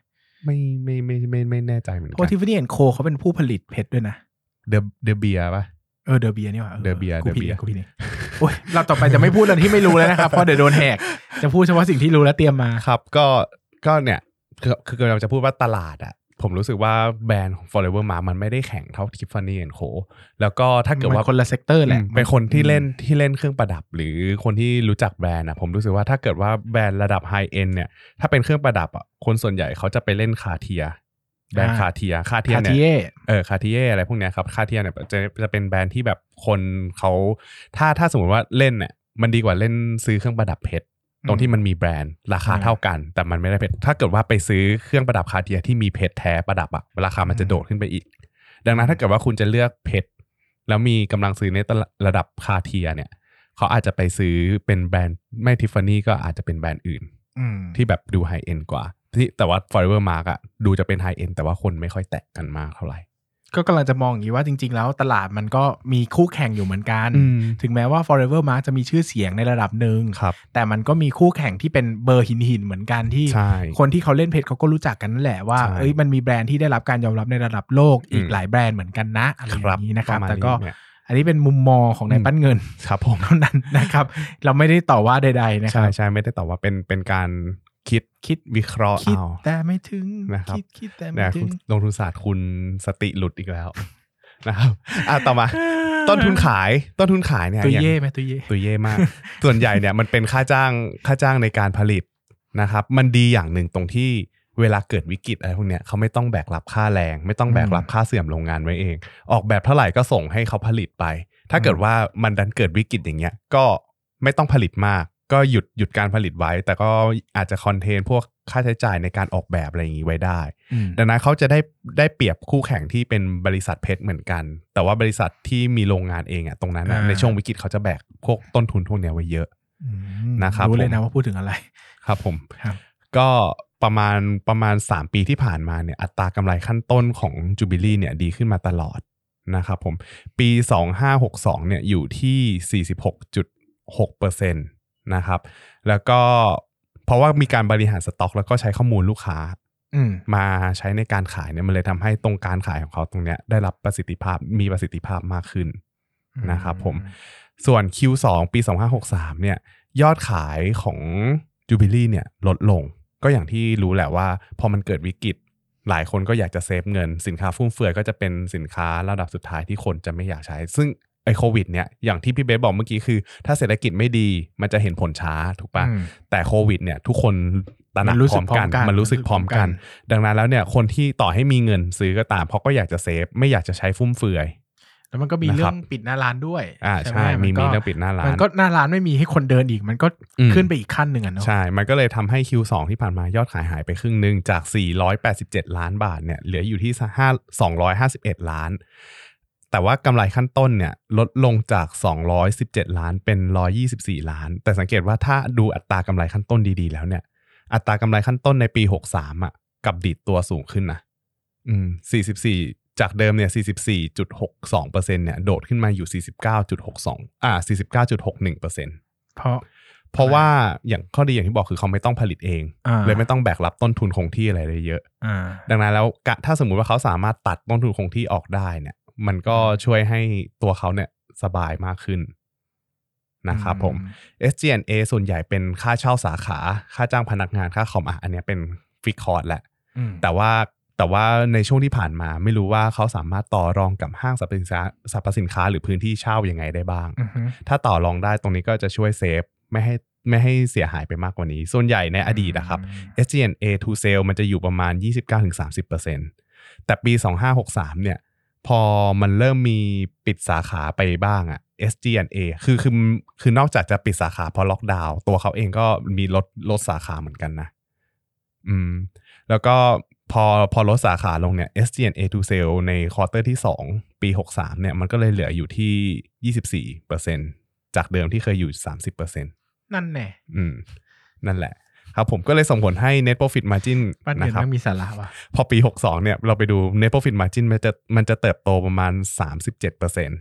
Speaker 2: ไม่ไม่ไม่ไม่ไม่แน่ใจเหมือนกัน
Speaker 1: เพราะ Tiffany แอนด์ Co เขาเป็นผู้ผลิตเพชรด้วยนะ
Speaker 2: เดอะเดอะเบียร์ป่ะ
Speaker 1: เออเดอะเบียร์นี่หว่า
Speaker 2: เดอะเบียร์
Speaker 1: กูผิดกูผิดนี่โอ้ยเราต่อไปจะไม่พูดอะไรที่ไม่รู้แล้วนะครับเพราะเดี๋ยวโดนแหกจะพูดเฉพาะสิ่งที่รู้และเตรียมมา
Speaker 2: ครับก็ก็เนี่ยคือคือเราจะพูดว่าตลาดอ่ะผมรู้สึกว่าแบรนด์ Forever Mark มันไม่ได้แข่งเท่า Tiffany แอนด์ Co แล้วก็ถ้าเกิดว่า
Speaker 1: คนละเซกเตอร์แหละ
Speaker 2: เป็นคนที่เล่นที่เล่นเครื่องประดับหรือคนที่รู้จักแบรนด์อ่ะผมรู้สึกว่าถ้าเกิดว่าแบรนด์ระดับไฮเอ็นเนี่ยถ้าเป็นเครื่องประดับอ่ะคนส่วนใหญ่เขาจะไปเล่นคาเทียแบรนด์คาเทียคาเทียเนี่ยเออคาเทียอะไรพวกเนี้ยครับคาเทียเนี่ยจะจะเป็นแบรนด์ที่แบบคนเขาถ้าถ้าสมมติว่าเล่นเนี่ยมันดีกว่าเล่นซื้อเครื่องประดับเพชรตรงที่มันมีแบรนด์ราคาเท่ากันแต่มันไม่ได้เพชรถ้าเกิดว่าไปซื้อเครื่องประดับคาเทียที่มีเพชรแท้ประดับอะราคามันจะโดดขึ้นไปอีกดังนั้นถ้าเกิดว่าคุณจะเลือกเพชรแล้วมีกำลังซื้อในระดับคาเทียเนี่ยเขาอาจจะไปซื้อเป็นแบรนด์ไม่ทิฟฟานี่ก็อาจจะเป็นแบรนด์อื่นที่แบบดูไฮเอ็นกว่าที่แต่ว่า Forever Mark อะดูจะเป็นไฮเอ็นแต่ว่าคนไม่ค่อยแตะกันมากเท่าไหร่
Speaker 1: ก็กำลังจะมองอย่างนี้ว่าจริงๆแล้วตลาดมันก็มีคู่แข่งอยู่เหมือนกันถึงแม้ว่า Forever Mark จะมีชื่อเสียงในระดับหนึ่งแต่มันก็มีคู่แข่งที่เป็นเบอร์หินหินเหมือนกันที่คนที่เขาเล่นเพชรเขาก็รู้จักกันนั่นแหละว่าเอ้ยมันมีแบรนด์ที่ได้รับการยอมรับในระดับโลกอีกหลายแบรนด์เหมือนกันนะอะไรอย่างนี้นะครับแต่ก็อันนี้เป็นมุมมองของนายปั้นเงิน
Speaker 2: ครับผม
Speaker 1: เท่านั้นนะครับเราไม่ได้ต่อว่าใดๆนะครับ
Speaker 2: ใช่ใช่ไม่ได้ต่อว่าเป็นเป็นการคิด
Speaker 1: คิด
Speaker 2: วิเคราะห์
Speaker 1: คิด
Speaker 2: เอา
Speaker 1: แต่ไม่ถึง
Speaker 2: นะครับ
Speaker 1: คิดคิดแต่ไม่ถึง
Speaker 2: ลงทุนศาสตร์คุณสติหลุดอีกแล้วนะครับอ่ะต่อมาต้นทุนขายต้นทุนขายเนี่ย
Speaker 1: ตัวเย่ไหมตัวเย่
Speaker 2: ตัวเย่มาก ส่วนใหญ่เนี่ยมันเป็นค่าจ้างค่าจ้างในการผลิตนะครับมันดีอย่างหนึ่งตรงที่เวลาเกิดวิกฤตอะไรพวกเนี้ยเขาไม่ต้องแบกรับค่าแรงไม่ต้องแบกรับค่าเสื่อมโรงงานไว้เองออกแบบเท่าไหร่ก็ส่งให้เขาผลิตไปถ้าเกิดว่ามันดันเกิดวิกฤตอย่างเงี้ยก็ไม่ต้องผลิตมากก็หยุดหยุดการผลิตไว้แต่ก็อาจจะคอนเทนพวกค่าใช้จ่ายในการออกแบบอะไรอย่างนี้ไว้ได้ดังนั้นเขาจะได้ได้เปรียบคู่แข่งที่เป็นบริษัทเพชรเหมือนกันแต่ว่าบริษัทที่มีโรงงานเองอ่ะตรงนั้นในช่วงวิกฤตเขาจะแบกพวกต้นทุนพวกนี้ไว้เยอะนะครับ
Speaker 1: รู้เลยนะว่าพูดถึงอะไร
Speaker 2: ครับผมก็ประมาณประมาณสามปีที่ผ่านมาเนี่ยอัตรากำไรขั้นต้นของ Jubilee เนี่ยดีขึ้นมาตลอดนะครับผมปีสองพันห้าร้อยหกสิบสองเนี่ยอยู่ที่ สี่สิบหกจุดหกเปอร์เซ็นต์ นะครับแล้วก็เพราะว่ามีการบริหารสต็อกแล้วก็ใช้ข้อมูลลูกค้ามาใช้ในการขายเนี่ยมันเลยทำให้ตรงการขายของเขาตรงเนี้ยได้รับประสิทธิภาพมีประสิทธิภาพมากขึ้นนะครับผมส่วน คิว สอง ปีสองพันห้าร้อยหกสิบสามเนี่ยยอดขายของ Jubilee เนี่ยลดลงก็อย่างที่รู้แหละว่าพอมันเกิดวิกฤตหลายคนก็อยากจะเซฟเงินสินค้าฟุ่มเฟือยก็จะเป็นสินค้าระดับสุดท้ายที่คนจะไม่อยากใช้ซึ่งไอ้โควิดเนี่ยอย่างที่พี่เบสบอกเมื่อกี้คือถ้าเศรษฐกิจไม่ดีมันจะเห็นผลช้าถูกป่ะแต่โควิดเนี่ยทุกคนตระหนักพร้อมกันมันรู้สึกพร้อมกันดังนั้นแล้วเนี่ยคนที่ต่อให้มีเงินซื้อก็ตามเพราะก็อยากจะเซฟไม่อยากจะใช้ฟุ่มเฟือย
Speaker 1: แล้วมันก็มีเรื่องปิดหน้าร้านด้วย
Speaker 2: อ่าใช่มีมีเรื่องปิดหน้าร้าน
Speaker 1: มันก็หน้าร้านไม่มีให้คนเดินอีกมันก็ขึ้นไปอีกขั้นหนึ่งอ่ะเนาะ
Speaker 2: ใช่มันก็เลยทำให้ คิว สอง ที่ผ่านมายอดขายหายไปครึ่งนึงจากสี่ร้อยแปดสิบเจ็ดล้านบาทเนี่ยเหลืออยู่ที่สองร้อยห้าสิบเอ็ดล้านแต่ว่ากำไรขั้นต้นเนี่ยลดลงจากสองร้อยสิบเจ็ดล้านเป็นหนึ่งร้อยยี่สิบสี่ล้านแต่สังเกตว่าถ้าดูอัตรากำไรขั้นต้นดีๆแล้วเนี่ยอัตรากำไรขั้นต้นในปีหกสิบสามอ่ะกับดีดตัวสูงขึ้นนะอืมสี่สิบสี่จากเดิมเนี่ย สี่สิบสี่จุดหกสองเปอร์เซ็นต์ เนี่ยโดดขึ้นมาอยู่ สี่สิบเก้าจุดหกสอง อ่า สี่สิบเก้าจุดหกหนึ่งเปอร์เซ็นต์
Speaker 1: เพราะ
Speaker 2: เพราะว่าอย่างข้อดีอย่างที่บอกคือเขาไม่ต้องผลิตเองเลยไม่ต้องแบกรับต้นทุนคงที่อะไรเลยเยอะดังนั้นแล้วถ้าสมมุติว่าเขาสามารถตัดต้นทุนคงที่ออกได้เนี่ยมันก็ช่วยให้ตัวเขาเนี่ยสบายมากขึ้นนะครับผม เอส จี แอนด์ เอ ส่วนใหญ่เป็นค่าเช่าสาขาค่าจ้างพนักงานค่าคอมอ่ะอันนี้เป็นฟิกคอร์สแหละแต่ว่าแต่ว่าในช่วงที่ผ่านมาไม่รู้ว่าเขาสามารถต่อรองกับห้างสรรพสินค้าสรรพสินค้าหรือพื้นที่เช่ายังไงได้บ้าง uh-huh. ถ้าต่อรองได้ตรงนี้ก็จะช่วยเซฟไม่ให้ไม่ให้เสียหายไปมากกว่านี้ส่วนใหญ่ในอดีตนะครับ เอส จี แอนด์ เอ to sale มันจะอยู่ประมาณ ยี่สิบเก้าถึงสามสิบเปอร์เซ็นต์ แต่ปีสองพันห้าร้อยหกสิบสามเนี่ยพอมันเริ่มมีปิดสาขาไปบ้างอะ เอส จี แอนด์ เอ คือคือคือนอกจากจะปิดสาขาเพราะล็อกดาวน์ตัวเขาเองก็มีลดลดสาขาเหมือนกันนะอืมแล้วก็พอพอลดสาขาลงเนี่ย เอส จี แอนด์ เอ to sale ในควอเตอร์ที่สองปีหกสิบสามเนี่ยมันก็เลยเหลืออยู่ที่ ยี่สิบสี่เปอร์เซ็นต์ จากเดิมที่เคยอยู่ สามสิบเปอร์เซ็นต์
Speaker 1: นั่นแน่
Speaker 2: อืมนั่นแหละครับผมก็เลยส่งผลให้ net profit margin
Speaker 1: นะครับมันมีสาระว่ะ
Speaker 2: พอปีหกสิบสองเนี่ยเราไปดู net profit margin มันจะมันจะเติบโตประมาณ สามสิบเจ็ดเปอร์เซ็นต์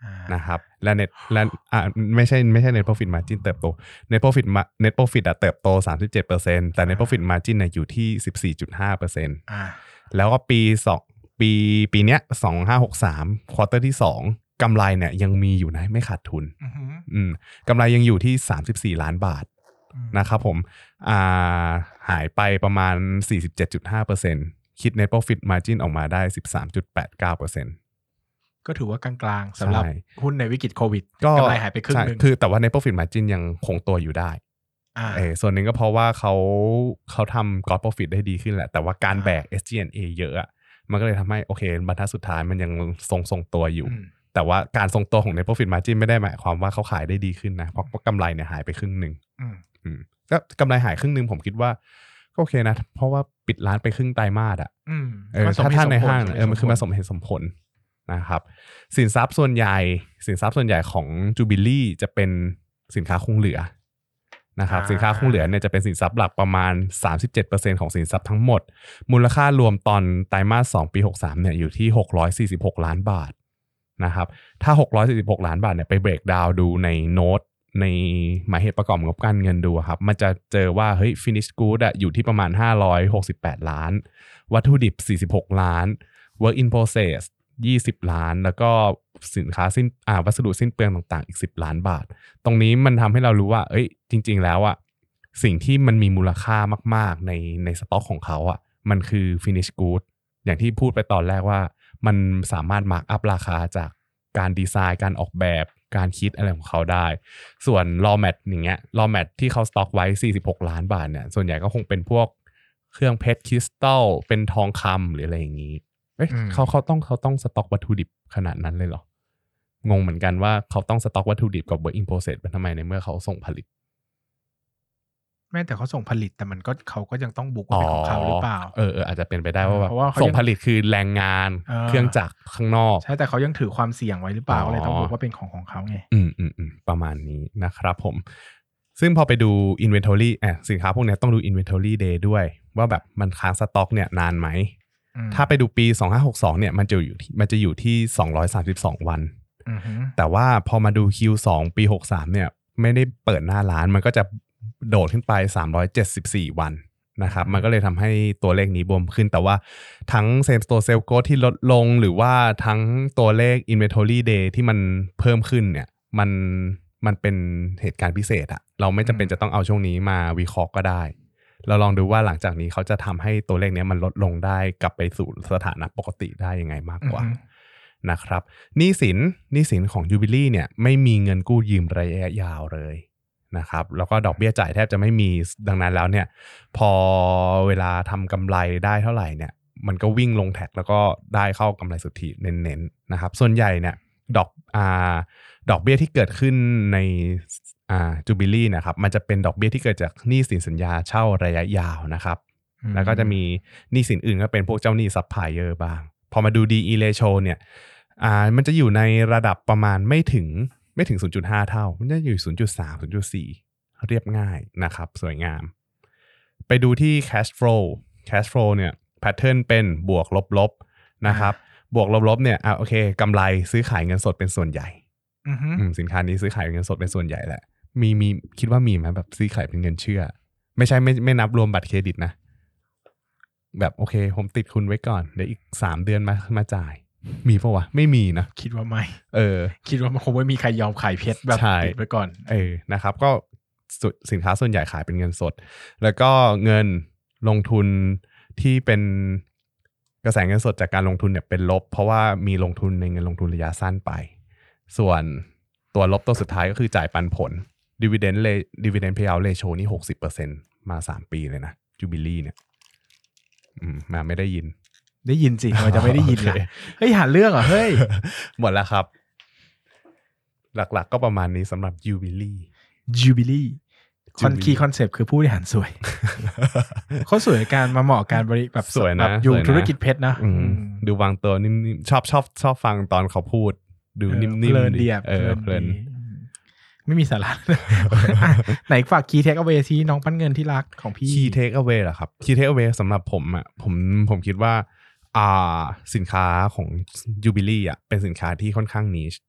Speaker 2: นะครับและ net และอ่าไม่ใช่ไม่ใช่ net profit margin เติบโต net profit net profit อ่ะเติบโต สามสิบเจ็ดเปอร์เซ็นต์ แต่ net profit margin น่ะอยู่ที่ สิบสี่จุดห้าเปอร์เซ็นต์
Speaker 1: อ่า
Speaker 2: แล้วก็ปีสองปีปีเนี้ยสองพันห้าร้อยหกสิบสามควอเตอร์ที่สองกำไรเนี่ยยังมีอยู่นะไม่ขาดทุนอืมกำไรยังอยู่ที่สามสิบสี่ล้านบาทนะครับผมอ่าหายไปประมาณ สี่สิบเจ็ดจุดห้าเปอร์เซ็นต์ คิด net profit margin ออกมาได้ สิบสามจุดแปดเก้าเปอร์เซ็นต์
Speaker 1: ก็ถือว่ากลางๆสำหรับหุ้นในวิกฤตโควิดกำไรหายไปครึ่งนึง
Speaker 2: คือแต่ว่า net profit margin ยังคงตัวอยู่ได้เออส่วนหนึ่งก็เพราะว่าเขาเขาทำ gross profit ได้ดีขึ้นแหละแต่ว่าการแบก เอส จี แอนด์ เอ เยอะอะมันก็เลยทำให้โอเคบรรทัดสุดท้ายมันยังทรงทรงตัวอยู่แต่ว่าการทรงตัวของ net profit margin ไม่ได้หมายความว่าเขาขายได้ดีขึ้นนะเพราะกำไรเนี่ยหายไปครึ่งนึงก็กำไรหายครึ่งนึงผมคิดว่าก็โอเคนะเพราะว่าปิดร้านไปครึ่งไตรมาสอ่ะเออถ้าท่านในห้างเออมันคือมาสมเหตุสมผลนะครับสินทรัพย์ส่วนใหญ่สินทรัพย์ส่วนใหญ่ของ Jubilee จะเป็นสินค้าคงเหลือนะครับสินค้าคงเหลือเนี่ยจะเป็นสินทรัพย์หลักประมาณ สามสิบเจ็ดเปอร์เซ็นต์ ของสินทรัพย์ทั้งหมดมูลค่ารวมตอนไตรมาสสองปีหกสิบสามเนี่ยอยู่ที่หกร้อยสี่สิบหกล้านบาทนะครับถ้าหกร้อยสี่สิบหกล้านบาทเนี่ยไปเบรกดาวน์ดูในโน้ตในหมายเหตุประกอบงบการเงินดูครับมันจะเจอว่าเฮ้ย finish good อ่ะอยู่ที่ประมาณห้าร้อยหกสิบแปดล้านวัตถุดิบสี่สิบหกล้าน work in processยี่สิบล้านแล้วก็สินค้าสิ้นอ่าวัสดุสิ้นเปลืองต่างๆอีกสิบล้านบาทตรงนี้มันทำให้เรารู้ว่าเอ้ยจริงๆแล้วอ่ะสิ่งที่มันมีมูลค่ามากๆในในสต็อกของเขาอ่ะมันคือ finish good อย่างที่พูดไปตอนแรกว่ามันสามารถ mark up ราคาจากการดีไซน์การออกแบบการคิดอะไรของเขาได้ส่วน raw mat อย่างเงี้ย raw mat ที่เขาสต็อกไว้สี่สิบหกล้านบาทเนี่ยส่วนใหญ่ก็คงเป็นพวกเครื่องเพชรคริสตัลเป็นทองคำหรืออะไรอย่างงี้เอ้ยเขาเขาต้องเขาต้องสต็อกวัตถุดิบขนาดนั้นเลยเหรองงเหมือนกันว่าเขาต้องสต็อกวัตถุดิบกับ work in process เป็นทำไมในเมื่อเขาส่งผลิต
Speaker 1: แม้แต่เขาส่งผลิตแต่มันก็เขาก็ยังต้องบุ๊กว่าเป็นของเขาหรือเปล่า
Speaker 2: เออเอออาจจะเป็นไปได้ว่าแบบส่งผลิตคือแรงงานเครื่องจักรข้างนอก
Speaker 1: ใช่แต่เขายังถือความเสี่ยงไว้หรือเปล่าอะไรต้องบุ๊กว่าเป็นของของเขาไง
Speaker 2: อืมอืมอืมประมาณนี้นะครับผมซึ่งพอไปดู inventory อ่ะสินค้าพวกนี้ต้องดู inventory day ด้วยว่าแบบมันค้างสต็อกเนี่ยนานไหมถ้าไปดูปีสองพันห้าร้อยหกสิบสองเนี่ยมันจะอยู่มันจะอยู่ที่สองร้อยสามสิบสองวันแต่ว่าพอมาดู คิว สอง ปีหกสิบสามเนี่ยไม่ได้เปิดหน้าร้านมันก็จะโดดขึ้นไปสามร้อยเจ็ดสิบสี่วันนะครับมันก็เลยทำให้ตัวเลขนี้บวมขึ้นแต่ว่าทั้ง same store sales growth ที่ลดลงหรือว่าทั้งตัวเลข inventory day ที่มันเพิ่มขึ้นเนี่ยมันมันเป็นเหตุการณ์พิเศษอะเราไม่จำเป็นจะต้องเอาช่วงนี้มาวิเคราะห์ก็ได้เราลองดูว่าหลังจากนี้เขาจะทำให้ตัวเลขนี้มันลดลงได้กลับไปสู่สถานะปกติได้ยังไงมากกว่านะครับหนี้สินหนี้สินของ Jubilee เนี่ยไม่มีเงินกู้ยืมระยะยาวเลยนะครับแล้วก็ดอกเบี้ยจ่ายแทบจะไม่มีดังนั้นแล้วเนี่ยพอเวลาทำกำไรได้เท่าไหร่เนี่ยมันก็วิ่งลงแท็กแล้วก็ได้เข้ากำไรสุทธิเน้นๆนะครับส่วนใหญ่เนี่ยดอกอ่าดอกเบี้ยที่เกิดขึ้นในอ่า Jubilee นะครับมันจะเป็นดอกเบี้ยที่เกิดจากหนี้สินสัญญาเช่าระยะยาวนะครับแล้วก็จะมีหนี้สินอื่นก็เป็นพวกเจ้าหนี้ซัพพลายเออร์บ้างพอมาดู ดี อี ratio เนี่ยอ่ามันจะอยู่ในระดับประมาณไม่ถึงไม่ถึง ศูนย์จุดห้า เท่ามันจะอยู่ ศูนย์จุดสาม ศูนย์จุดสี่ เรียบง่ายนะครับสวยงามไปดูที่ cash flow cash flow เนี่ย pattern เป็นบวกลบๆนะครับบวกลบๆเนี่ยอ่ะโอเคกำไรซื้อขายเงินสดเป็นส่วนใหญ่สินค้านี้ซื้อขายเงินสดเป็นส่วนใหญ่แหละมีมีคิดว่ามีไหมแบบซื้อขายเป็นเงินเชื่อไม่ใช่ไม่ไม่นับรวมบัตรเครดิตนะแบบโอเคผมติดคุณไว้ก่อนเดี๋ยวอีกสามเดือนมามาจ่ายมีปะวะไม่มีนะ
Speaker 1: คิดว่าไม่
Speaker 2: เออ
Speaker 1: คิดว่ามันคงไม่มีใครยอมขายเพชรแบบติดไว้ก่อน
Speaker 2: เออนะครับก็สินค้าส่วนใหญ่ขายเป็นเงินสดแล้วก็เงินลงทุนที่เป็นกระแสเงินสดจากการลงทุนเนี่ยเป็นลบเพราะว่ามีลงทุนในเงินลงทุนระยะสั้นไปส่วนตัวลบตัวสุดท้ายก็คือจ่ายปันผล dividend dividend payout ratio นี่ หกสิบเปอร์เซ็นต์ มาสามปีเลยนะ Jubilee เนี่ยอืมมาไม่ได้ยิน
Speaker 1: ได้ยินสิมันจะไม่ได้ยินเลยเฮ้ยหาเรื่องเหรอเฮ้ย
Speaker 2: หมดแล้วครับหลักๆก็ประมาณนี้สำหรับ Jubilee
Speaker 1: Jubilee คอนคีย์คอนเซปต์คือผู้บริหารสวยเขาสวยการมาเหมาะการบริแบบ
Speaker 2: สวยนะ
Speaker 1: อยู่ธุรกิจเพชรนะ
Speaker 2: ดูวางตัวนิ่มๆชอบชอบชอบฟังตอนเขาพูดดูนิ่มๆ
Speaker 1: เพลินดีเออเพลินไม่มีสาระไหนฝาก Key Takeaway ที่น้องปั้นเงินที่รักของพี่
Speaker 2: Key Takeaway เหรอครับ Key Takeaway สำหรับผมอ่ะผมผมคิดว่าอ่าสินค้าของ Jubilee อ่ะเป็นสินค้าที่ค่อนข้าง niche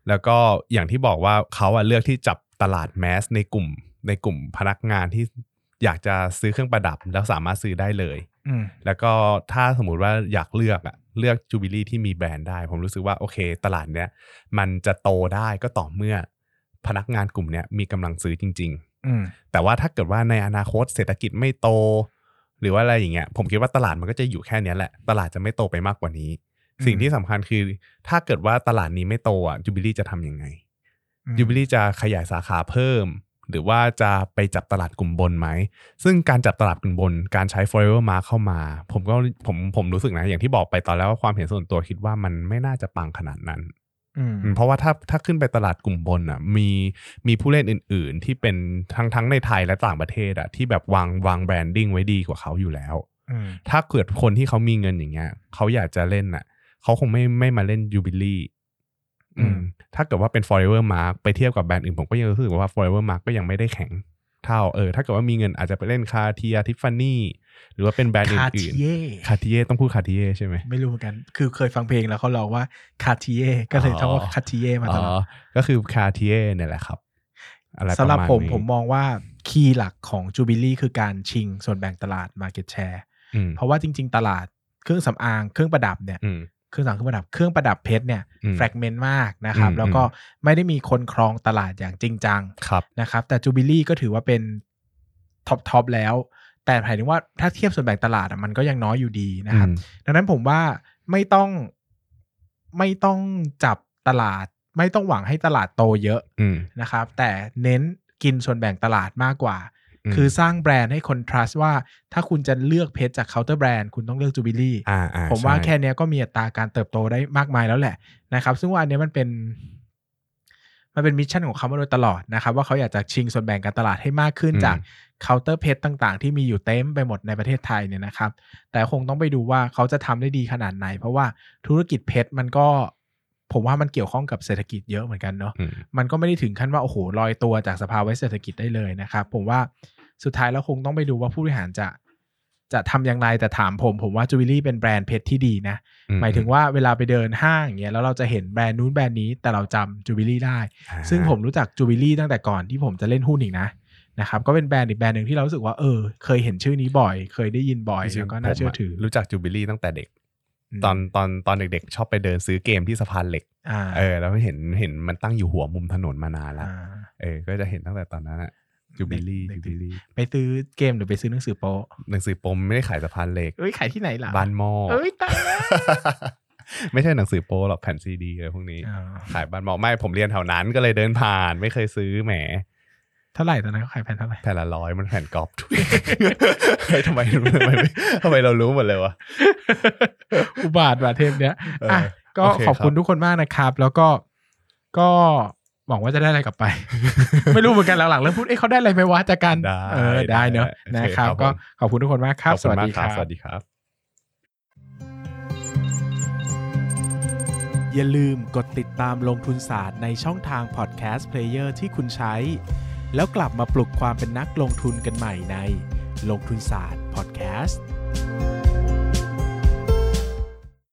Speaker 2: แล้วก็อย่างที่บอกว่าเขาอะเลือกที่จับตลาดแมสในกลุ่มในกลุ่มพนักงานที่อยากจะซื้อเครื่องประดับแล้วสามารถซื้อได้เลยแล้วก็ถ้าสมมุติว่าอยากเลือกอะเลือกจูบิลี่ที่มีแบรนด์ได้ผมรู้สึกว่าโอเคตลาดเนี้ยมันจะโตได้ก็ต่อเมื่อพนักงานกลุ่มเนี้ยมีกำลังซื้อจริงๆแต่ว่าถ้าเกิดว่าในอนาคตเศรษฐกิจไม่โตหรือว่าอะไรอย่างเงี้ยผมคิดว่าตลาดมันก็จะอยู่แค่นี้แหละตลาดจะไม่โตไปมากกว่านี้สิ่งที่สำคัญคือถ้าเกิดว่าตลาดนี้ไม่โตอ่ะจูบิลี่จะทำยังไงจูบิลี่จะขยายสาขาเพิ่มหรือว่าจะไปจับตลาดกลุ่มบนไหมซึ่งการจับตลาดกลุ่มบนการใช้ Forever Mark เข้ามาผมก็ผมผมรู้สึกนะอย่างที่บอกไปตอนแล้วว่าความเห็นส่วนตัวคิดว่ามันไม่น่าจะปังขนาดนั้นเพราะว่าถ้าถ้าขึ้นไปตลาดกลุ่มบนอ่ะมีมีผู้เล่นอื่นๆที่เป็นทั้งทั้งในไทยและต่างประเทศอ่ะที่แบบวางวางแบรนดิ้งไว้ดีกว่าเขาอยู่แล้วถ้าเกิดคนที่เขามีเงินอย่างเงี้ยเขาอยากจะเล่นอ่ะเขาคงไม่ไม่มาเล่นยูบิลี่ถ้าเกิดว่าเป็น Forever Mark ไปเทียบกับแบรนด์อื่นผมก็ยังรู้สึกว่า Forever Mark ก็ยังไม่ได้แข็งเท่าเออถ้าเกิดว่ามีเงินอาจจะไปเล่น Cartier Tiffany หรือว่าเป็นแบรนด์อื่นๆ Cartier ต้องพูด Cartier ใช่ไหม
Speaker 1: ไม่รู้เหมือนกันคือเคยฟังเพลงแล้วเขาร้องว่า Cartier ก็เลยต้องว่า Cartier มาตลอด
Speaker 2: ก็คือ Cartier เนี่ยแหละครับ
Speaker 1: สำหรับผมผมมองว่าคีย์หลักของ Jubilee คือการชิงส่วนแบ่งตลาด Market Share เพราะว่าจริงๆตลาดเครื่องสำอางเครื่องประดับเนี่ยเครื่องสำอางเครื่องประดับเครื่องประดับเพชรเนี่ยแฟรกเมนต์มากนะครับแล้วก็ไม่ได้มีคนครองตลาดอย่างจริงจังนะครับแต่ Jubilee ก็ถือว่าเป็นท็อปท็อปแล้วแต่หมายถึงว่าถ้าเทียบส่วนแบ่งตลาดมันก็ยังน้อยอยู่ดีนะครับดังนั้นผมว่าไม่ต้องไม่ต้องจับตลาดไม่ต้องหวังให้ตลาดโตเยอะนะครับแต่เน้นกินส่วนแบ่งตลาดมากกว่าคือสร้างแบรนด์ให้คน trust ว่าถ้าคุณจะเลือกเพชรจากเคาน์เตอร์แบรนด์คุณต้องเลือก Jubilee ผมว่าแค่นี้ก็มีอัตราการเติบโตได้มากมายแล้วแหละนะครับซึ่งว่าอันนี้มันเป็นมันเป็นมิชชั่นของเขามาโดยตลอดนะครับว่าเขาอยากจะชิงส่วนแบ่งการตลาดให้มากขึ้นจากเคาน์เตอร์เพชรต่างๆที่มีอยู่เต็มไปหมดในประเทศไทยเนี่ยนะครับแต่คงต้องไปดูว่าเขาจะทำได้ดีขนาดไหนเพราะว่าธุรกิจเพชรมันก็ผมว่ามันเกี่ยวข้องกับเศรษฐกิจเยอะเหมือนกันเนาะมันก็ไม่ได้ถึงขั้นว่าโอ้โหลอยตัวจากสภาวะเศรษฐกิจได้เลยนะครับผมว่าสุดท้ายแล้วคงต้องไปดูว่าผู้บริหารจะจะทำอย่างไรแต่ถามผมผมว่าจูบิลี่เป็นแบรนด์เพชรที่ดีนะหมายถึงว่าเวลาไปเดินห้างอย่างเงี้ยแล้วเราจะเห็นแบรนด์นู้นแบรนด์นี้แต่เราจำจูบิลี่ได้ซึ่งผมรู้จักจูบิลี่ตั้งแต่ก่อนที่ผมจะเล่นหุ้นอีกนะนะครับก็เป็นแบรนด์อีกแบรนด์หนึ่งที่เรารู้สึกว่าเออเคยเห็นชื่อนี้บ่อยเคยได้ยินบ่อยแล้วก็น่าเชื่อถือ
Speaker 2: รู้จักจูบิลี่ตั้งแต่เด็กตอนตอนตอนเด็กๆชอบไปเดินซื้อเกมที่สะพานเหล็กเออแล้วเห็นเห็นมันตั้งอยู่หัวมุมถนนมานานแล้วเออก็จะเห็นตั้งแต่ตอนนั้นอะจูบิลี่จูบิลี่
Speaker 1: ไปซื้อเกมหรือไปซื้อหนังสือโป๊
Speaker 2: หนังสือโป๊ไม่ได้ขายสะพานเหล็ก
Speaker 1: เอ้ยขายที่ไหนล่ะ
Speaker 2: บ้านหม้อ
Speaker 1: เอ้ยตายแล้ว
Speaker 2: ไม่ใช่หนังสือโป๊หรอกแผ่นซีดีอะไรพวกนี้ขายบ้านหม้อไม่ผมเรียนแถวนั้นก็เลยเดินผ่านไม่เคยซื้อแหม
Speaker 1: เท่าไหร่ตอนนั้นเขาขายแผ่นเท่าไหร่
Speaker 2: แผ่นละร้อยมันแผ่นกอล์ฟเฮ้ยทำไมทำไมทำไมเรารู้หมดเลยวะ
Speaker 1: อุบาทว่ะเทปเนี้ยอ่ะก็ขอบคุณทุกคนมากนะครับแล้วก็ก็หวังว่าจะได้อะไรกลับไป ไม่รู้เหมือนกันหลังๆเริ่มพูดเอ๊ะเขาได้อะไรไหมวะจากการเออได้เนอะนะครับก็ขอบคุณทุกคนมากครับสวัสดีครับ
Speaker 2: สวัสดีครับ
Speaker 1: อย่าลืมกดติดตามลงทุนศาสตร์ในช่องทางพอดแคสต์เพลเยอร์ที่คุณใช้แล้วกลับมาปลุกความเป็นนักลงทุนกันใหม่ในลงทุนศาสตร์พอดแคสต์